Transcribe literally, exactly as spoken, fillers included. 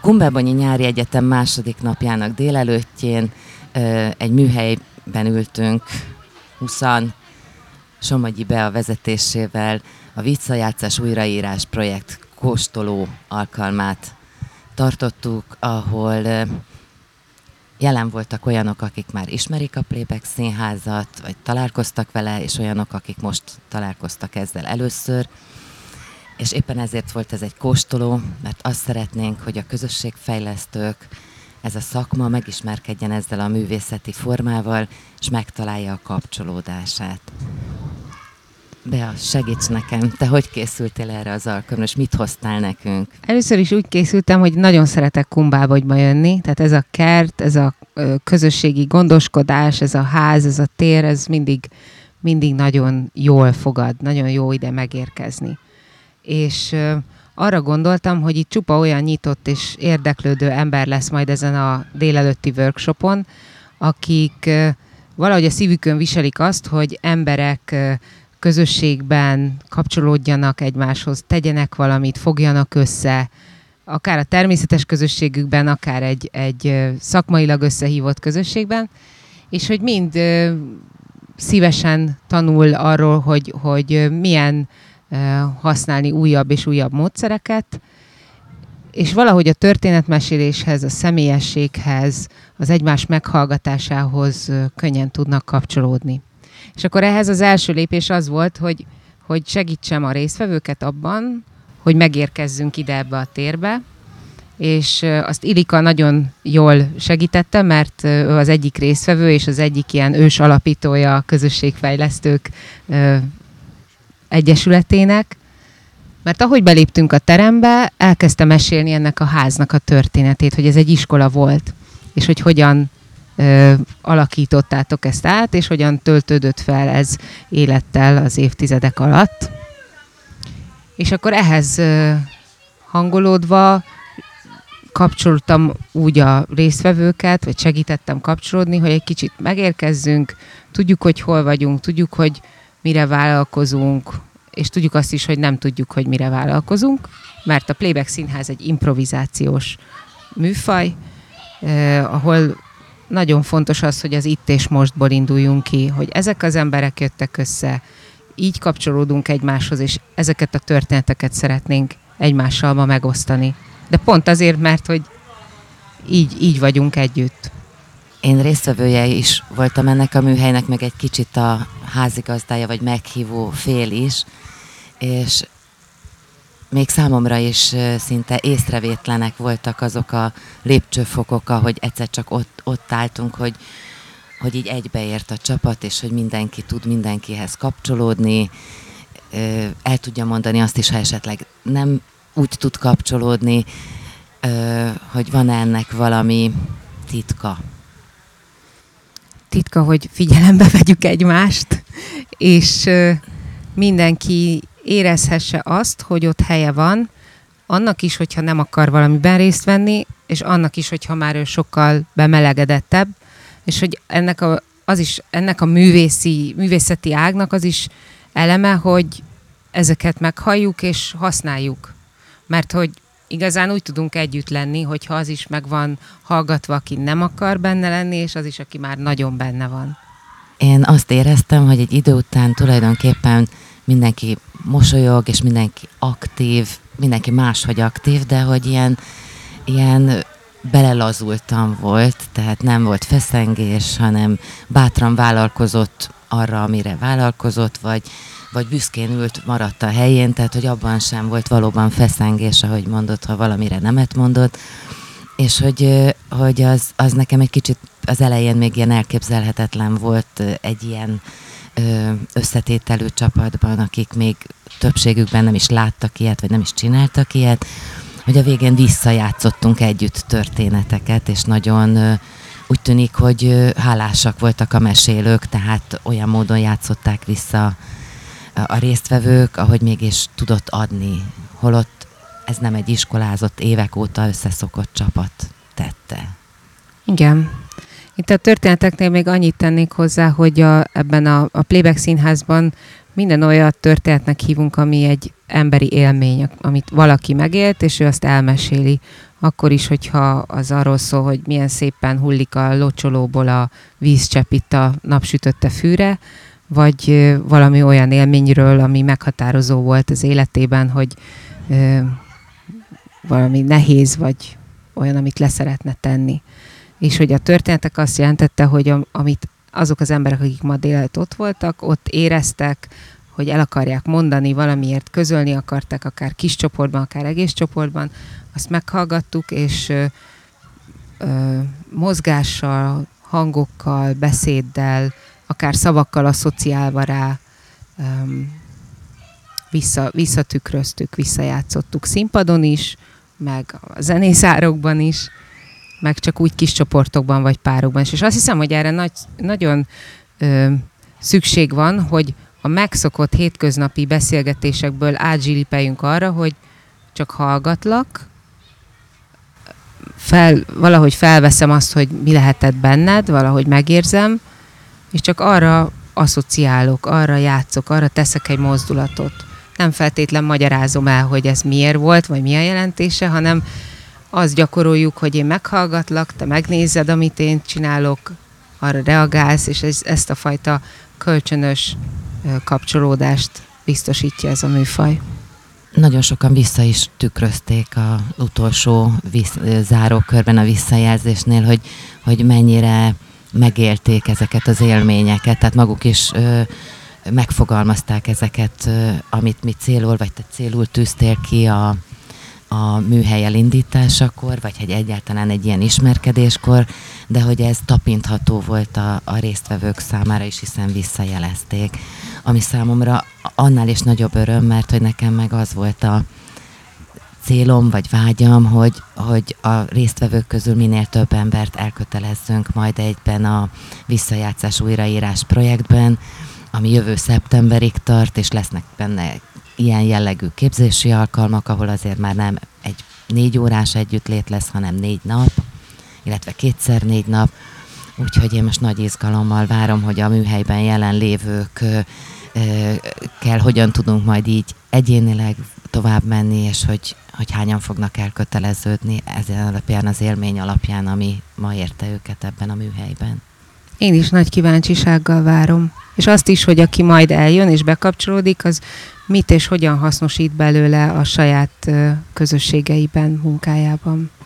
Kumbábonyi Nyári Egyetem második napjának délelőttjén egy műhelyben ültünk, huszan, Somogyi Bea vezetésével a Visszajátszás újraírás projekt kóstoló alkalmát tartottuk, ahol jelen voltak olyanok, akik már ismerik a Playback Színházat, vagy találkoztak vele, és olyanok, akik most találkoztak ezzel először. És éppen ezért volt ez egy kóstoló, mert azt szeretnénk, hogy a közösségfejlesztők, ez a szakma megismerkedjen ezzel a művészeti formával, és megtalálja a kapcsolódását. Bea, segíts nekem, te hogy készültél erre az alkalomra, és mit hoztál nekünk? Először is úgy készültem, hogy nagyon szeretek Kumbábogyba jönni, tehát ez a kert, ez a közösségi gondoskodás, ez a ház, ez a tér, ez mindig, mindig nagyon jól fogad, nagyon jó ide megérkezni. És arra gondoltam, hogy itt csupa olyan nyitott és érdeklődő ember lesz majd ezen a délelőtti workshopon, akik valahogy a szívükön viselik azt, hogy emberek közösségben kapcsolódjanak egymáshoz, tegyenek valamit, fogjanak össze, akár a természetes közösségükben, akár egy, egy szakmailag összehívott közösségben, és hogy mind szívesen tanul arról, hogy, hogy milyen használni újabb és újabb módszereket, és valahogy a történetmeséléshez, a személyességhez, az egymás meghallgatásához könnyen tudnak kapcsolódni. És akkor ehhez az első lépés az volt, hogy, hogy segítsem a résztvevőket abban, hogy megérkezzünk ide ebbe a térbe, és azt Ilika nagyon jól segítette, mert ő az egyik résztvevő, és az egyik ilyen ős alapítója a közösségfejlesztők egyesületének, mert ahogy beléptünk a terembe, elkezdte mesélni ennek a háznak a történetét, hogy ez egy iskola volt, és hogy hogyan ö, alakítottátok ezt át, és hogyan töltődött fel ez élettel az évtizedek alatt. És akkor ehhez ö, hangolódva kapcsoltam úgy a résztvevőket, vagy segítettem kapcsolódni, hogy egy kicsit megérkezzünk, tudjuk, hogy hol vagyunk, tudjuk, hogy mire vállalkozunk, és tudjuk azt is, hogy nem tudjuk, hogy mire vállalkozunk, mert a Playback Színház egy improvizációs műfaj, eh, ahol nagyon fontos az, hogy az itt és mostból induljunk ki, hogy ezek az emberek jöttek össze, így kapcsolódunk egymáshoz, és ezeket a történeteket szeretnénk egymással ma megosztani. De pont azért, mert hogy így, így vagyunk együtt. Én résztvevője is voltam ennek a műhelynek, meg egy kicsit a házigazdája, vagy meghívó fél is, és még számomra is szinte észrevétlenek voltak azok a lépcsőfokok, ahogy egyszer csak ott, ott álltunk, hogy, hogy így egybeért a csapat, és hogy mindenki tud mindenkihez kapcsolódni, el tudja mondani azt is, ha esetleg nem úgy tud kapcsolódni, hogy van ennek valami titka. Titka, hogy figyelembe vegyük egymást, és mindenki érezhesse azt, hogy ott helye van, annak is, hogyha nem akar valamiben részt venni, és annak is, hogyha már ő sokkal bemelegedettebb, és hogy ennek a, az is, ennek a művészi, művészeti ágnak az is eleme, hogy ezeket meghalljuk és használjuk. Mert hogy igazán úgy tudunk együtt lenni, hogyha az is meg van hallgatva, aki nem akar benne lenni, és az is, aki már nagyon benne van. Én azt éreztem, hogy egy idő után tulajdonképpen mindenki mosolyog, és mindenki aktív, mindenki máshogy aktív, de hogy ilyen, ilyen belelazultam volt, tehát nem volt feszengés, hanem bátran vállalkozott arra, amire vállalkozott, vagy vagy büszkén ült, maradt a helyén, tehát hogy abban sem volt valóban feszengés, ahogy mondott, ha valamire nemet mondott, és hogy, hogy az, az nekem egy kicsit az elején még ilyen elképzelhetetlen volt egy ilyen összetételű csapatban, akik még többségükben nem is láttak ilyet, vagy nem is csináltak ilyet, hogy a végén visszajátszottunk együtt történeteket, és nagyon úgy tűnik, hogy hálásak voltak a mesélők, tehát olyan módon játszották vissza a résztvevők, ahogy mégis tudott adni, holott ez nem egy iskolázott, évek óta összeszokott csapat tette. Igen. Itt a történeteknél még annyit tennék hozzá, hogy a, ebben a, a Playback Színházban minden olyan történetnek hívunk, ami egy emberi élmény, amit valaki megélt, és ő azt elmeséli. akkor is, hogyha az arról szól, hogy milyen szépen hullik a locsolóból a vízcsepp itt a napsütötte fűre, vagy valami olyan élményről, ami meghatározó volt az életében, hogy ö, valami nehéz, vagy olyan, amit leszeretne tenni. És hogy a történetek azt jelentette, hogy a, amit azok az emberek, akik ma délelőtt ott voltak, ott éreztek, hogy el akarják mondani, valamiért közölni akarták, akár kis csoportban, akár egész csoportban, azt meghallgattuk, és ö, ö, mozgással, hangokkal, beszéddel, akár szavakkal asszociálva rá ö, vissza, visszatükröztük, visszajátszottuk színpadon is, meg a zenészárokban is, meg csak úgy kis csoportokban vagy párokban is. És azt hiszem, hogy erre nagy, nagyon ö, szükség van, hogy a megszokott hétköznapi beszélgetésekből átzsilipeljünk arra, hogy csak hallgatlak, fel, valahogy felveszem azt, hogy mi lehetett benned, valahogy megérzem, és csak arra asszociálok, arra játszok, arra teszek egy mozdulatot. Nem feltétlen magyarázom el, hogy ez miért volt, vagy mi a jelentése, hanem azt gyakoroljuk, hogy én meghallgatlak, te megnézed, amit én csinálok, arra reagálsz, és ez, ezt a fajta kölcsönös kapcsolódást biztosítja ez a műfaj. Nagyon sokan vissza is tükrözték az utolsó visz, zárókörben a visszajelzésnél, hogy, hogy mennyire megélték ezeket az élményeket, tehát maguk is ö, megfogalmazták ezeket, ö, amit mi célul, vagy te célul tűztél ki a, a műhely elindításakor, vagy hogy egyáltalán egy ilyen ismerkedéskor, de hogy ez tapintható volt a, a résztvevők számára is, hiszen visszajelezték. Ami számomra annál is nagyobb öröm, mert hogy nekem meg az volt a célom, vagy vágyam, hogy, hogy a résztvevők közül minél több embert elkötelezzünk majd egyben a visszajátszás újraírás projektben, ami jövő szeptemberig tart, és lesznek benne ilyen jellegű képzési alkalmak, ahol azért már nem egy négy órás együttlét lesz, hanem négy nap, illetve kétszer négy nap. Úgyhogy én most nagy izgalommal várom, hogy a műhelyben jelenlévők kell, hogyan tudunk majd így egyénileg tovább menni, és hogy, hogy hányan fognak elköteleződni ezen alapján, az élmény alapján, ami ma érte őket ebben a műhelyben. Én is nagy kíváncsisággal várom. És azt is, hogy aki majd eljön és bekapcsolódik, az mit és hogyan hasznosít belőle a saját közösségeiben, munkájában.